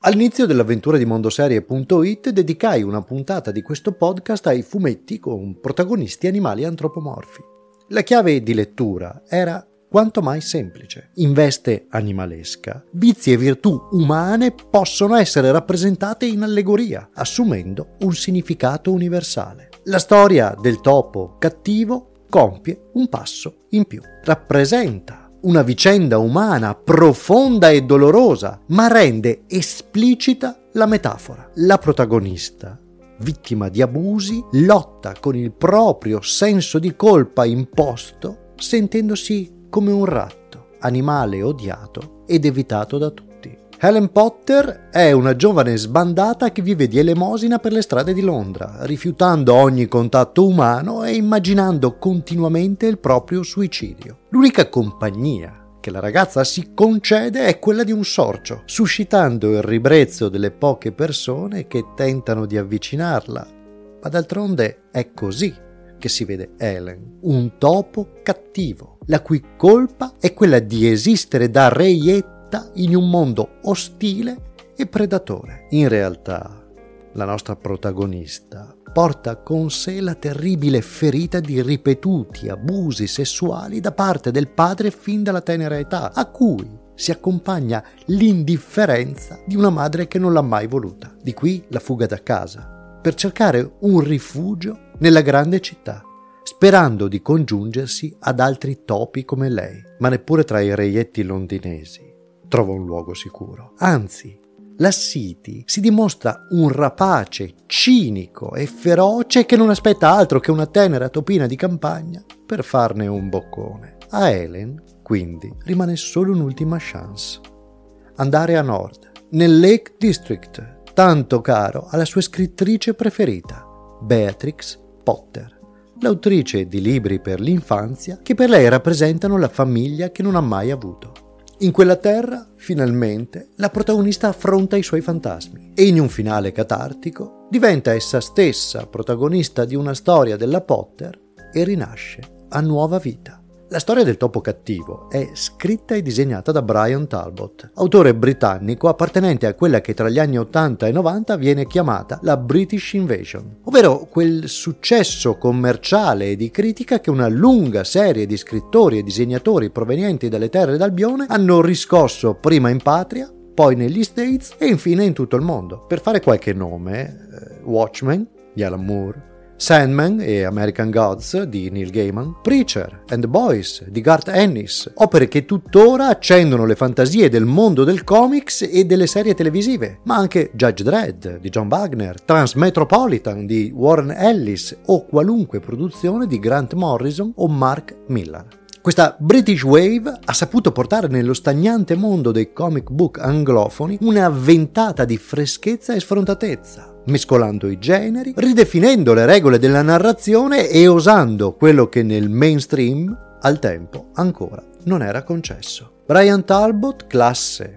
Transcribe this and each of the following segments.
All'inizio dell'avventura di Mondoserie.it dedicai una puntata di questo podcast ai fumetti con protagonisti animali antropomorfi. La chiave di lettura era quanto mai semplice. In veste animalesca, vizi e virtù umane possono essere rappresentate in allegoria, assumendo un significato universale. La storia del topo cattivo compie un passo in più. Rappresenta una vicenda umana profonda e dolorosa, ma rende esplicita la metafora. La protagonista, vittima di abusi, lotta con il proprio senso di colpa imposto, sentendosi come un ratto, animale odiato ed evitato da tutti. Helen Potter è una giovane sbandata che vive di elemosina per le strade di Londra, rifiutando ogni contatto umano e immaginando continuamente il proprio suicidio. L'unica compagnia che la ragazza si concede è quella di un sorcio, suscitando il ribrezzo delle poche persone che tentano di avvicinarla. Ma d'altronde è così che si vede Helen, un topo cattivo, la cui colpa è quella di esistere da reietta in un mondo ostile e predatore. In realtà, la nostra protagonista porta con sé la terribile ferita di ripetuti abusi sessuali da parte del padre fin dalla tenera età, a cui si accompagna l'indifferenza di una madre che non l'ha mai voluta. Di qui la fuga da casa, per cercare un rifugio nella grande città, sperando di congiungersi ad altri topi come lei, ma neppure tra i reietti londinesi trova un luogo sicuro. Anzi, la City si dimostra un rapace cinico e feroce che non aspetta altro che una tenera topina di campagna per farne un boccone. A Helen, quindi, rimane solo un'ultima chance: andare a nord, nel Lake District, tanto caro alla sua scrittrice preferita, Beatrix Potter, l'autrice di libri per l'infanzia che per lei rappresentano la famiglia che non ha mai avuto. In quella terra, finalmente, la protagonista affronta i suoi fantasmi e in un finale catartico diventa essa stessa protagonista di una storia della Potter e rinasce a nuova vita. La storia del topo cattivo è scritta e disegnata da Brian Talbot, autore britannico appartenente a quella che tra gli anni 80 e 90 viene chiamata la British Invasion, ovvero quel successo commerciale e di critica che una lunga serie di scrittori e disegnatori provenienti dalle terre d'Albione hanno riscosso prima in patria, poi negli States e infine in tutto il mondo. Per fare qualche nome, Watchmen di Alan Moore, Sandman e American Gods di Neil Gaiman, Preacher and the Boys di Garth Ennis, opere che tuttora accendono le fantasie del mondo del comics e delle serie televisive, ma anche Judge Dredd di John Wagner, Transmetropolitan di Warren Ellis o qualunque produzione di Grant Morrison o Mark Millar. Questa British Wave ha saputo portare nello stagnante mondo dei comic book anglofoni una ventata di freschezza e sfrontatezza, mescolando i generi, ridefinendo le regole della narrazione e osando quello che nel mainstream al tempo ancora non era concesso. Brian Talbot, classe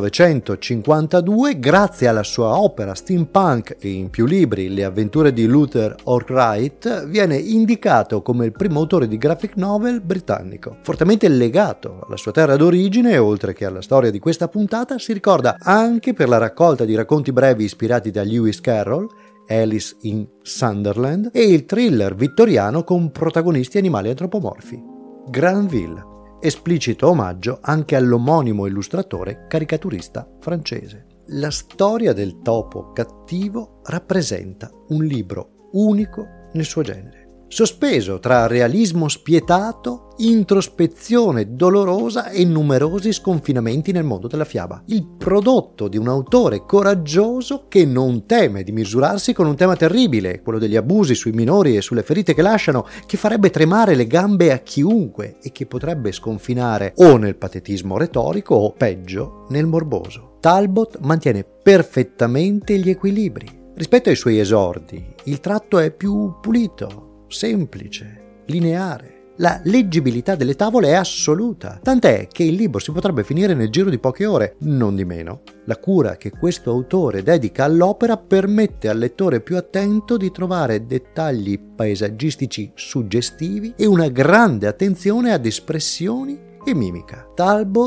1952, grazie alla sua opera steampunk e in più libri Le avventure di Luther Arkwright, viene indicato come il primo autore di graphic novel britannico. Fortemente legato alla sua terra d'origine, oltre che alla storia di questa puntata, si ricorda anche per la raccolta di racconti brevi ispirati da Lewis Carroll, Alice in Sunderland, e il thriller vittoriano con protagonisti animali antropomorfi, Granville, esplicito omaggio anche all'omonimo illustratore caricaturista francese. La storia del topo cattivo rappresenta un libro unico nel suo genere, sospeso tra realismo spietato, introspezione dolorosa e numerosi sconfinamenti nel mondo della fiaba. Il prodotto di un autore coraggioso che non teme di misurarsi con un tema terribile, quello degli abusi sui minori e sulle ferite che lasciano, che farebbe tremare le gambe a chiunque e che potrebbe sconfinare o nel patetismo retorico o, peggio, nel morboso. Talbot mantiene perfettamente gli equilibri. Rispetto ai suoi esordi, il tratto è più pulito, semplice, lineare. La leggibilità delle tavole è assoluta, tant'è che il libro si potrebbe finire nel giro di poche ore. Non di meno, la cura che questo autore dedica all'opera permette al lettore più attento di trovare dettagli paesaggistici suggestivi e una grande attenzione ad espressioni e mimica. Talbot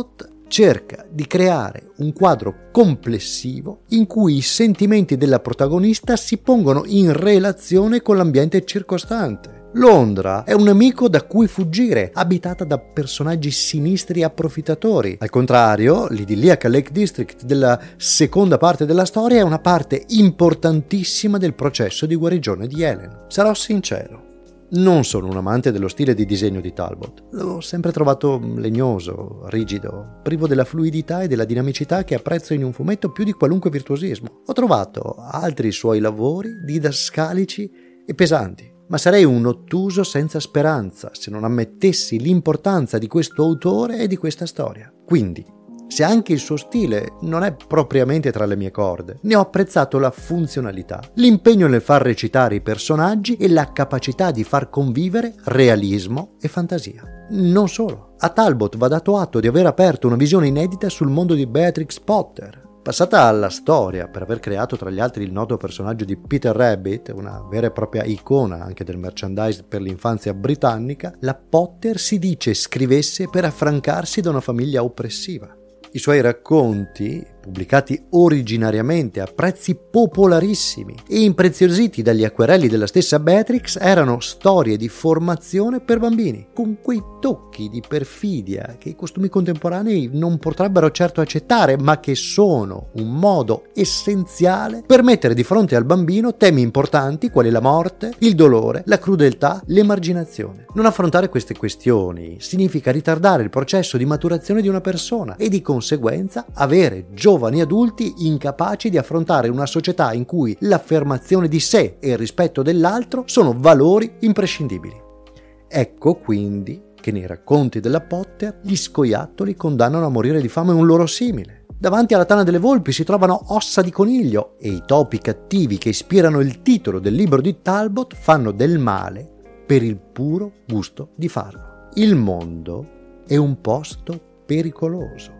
cerca di creare un quadro complessivo in cui i sentimenti della protagonista si pongono in relazione con l'ambiente circostante. Londra è un nemico da cui fuggire, abitata da personaggi sinistri e approfittatori. Al contrario, l'idilliaca Lake District della seconda parte della storia è una parte importantissima del processo di guarigione di Helen. Sarò sincero, non sono un amante dello stile di disegno di Talbot. L'ho sempre trovato legnoso, rigido, privo della fluidità e della dinamicità che apprezzo in un fumetto più di qualunque virtuosismo. Ho trovato altri suoi lavori didascalici e pesanti, ma sarei un ottuso senza speranza se non ammettessi l'importanza di questo autore e di questa storia. Quindi, se anche il suo stile non è propriamente tra le mie corde, ne ho apprezzato la funzionalità, l'impegno nel far recitare i personaggi e la capacità di far convivere realismo e fantasia. Non solo, a Talbot va dato atto di aver aperto una visione inedita sul mondo di Beatrix Potter. Passata alla storia per aver creato tra gli altri il noto personaggio di Peter Rabbit, una vera e propria icona anche del merchandise per l'infanzia britannica, la Potter si dice scrivesse per affrancarsi da una famiglia oppressiva. I suoi racconti, pubblicati originariamente a prezzi popolarissimi e impreziositi dagli acquerelli della stessa Beatrix, erano storie di formazione per bambini, con quei tocchi di perfidia che i costumi contemporanei non potrebbero certo accettare, ma che sono un modo essenziale per mettere di fronte al bambino temi importanti quali la morte, il dolore, la crudeltà, l'emarginazione. Non affrontare queste questioni significa ritardare il processo di maturazione di una persona e di conseguenza avere giovani adulti incapaci di affrontare una società in cui l'affermazione di sé e il rispetto dell'altro sono valori imprescindibili. Ecco quindi che nei racconti della Potter gli scoiattoli condannano a morire di fame un loro simile. Davanti alla tana delle volpi si trovano ossa di coniglio e i topi cattivi che ispirano il titolo del libro di Talbot fanno del male per il puro gusto di farlo. Il mondo è un posto pericoloso.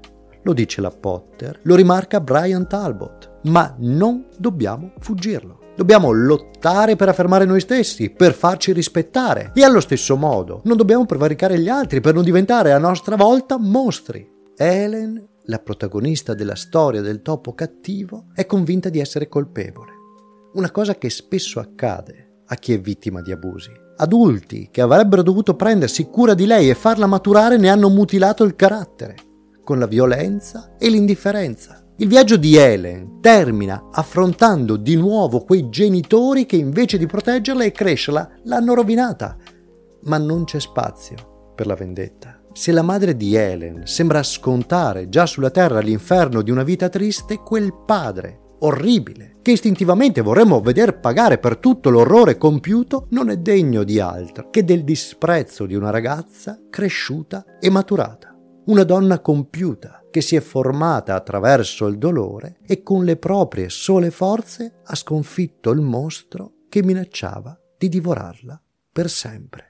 Lo dice la Potter, lo rimarca Brian Talbot, ma non dobbiamo fuggirlo. Dobbiamo lottare per affermare noi stessi, per farci rispettare e allo stesso modo non dobbiamo prevaricare gli altri per non diventare a nostra volta mostri. Helen, la protagonista della storia del topo cattivo, è convinta di essere colpevole. Una cosa che spesso accade a chi è vittima di abusi. Adulti che avrebbero dovuto prendersi cura di lei e farla maturare ne hanno mutilato il carattere con la violenza e l'indifferenza. Il viaggio di Helen termina affrontando di nuovo quei genitori che invece di proteggerla e crescerla l'hanno rovinata. Ma non c'è spazio per la vendetta. Se la madre di Helen sembra scontare già sulla terra l'inferno di una vita triste, quel padre orribile che istintivamente vorremmo veder pagare per tutto l'orrore compiuto non è degno di altro che del disprezzo di una ragazza cresciuta e maturata. Una donna compiuta che si è formata attraverso il dolore e con le proprie sole forze ha sconfitto il mostro che minacciava di divorarla per sempre.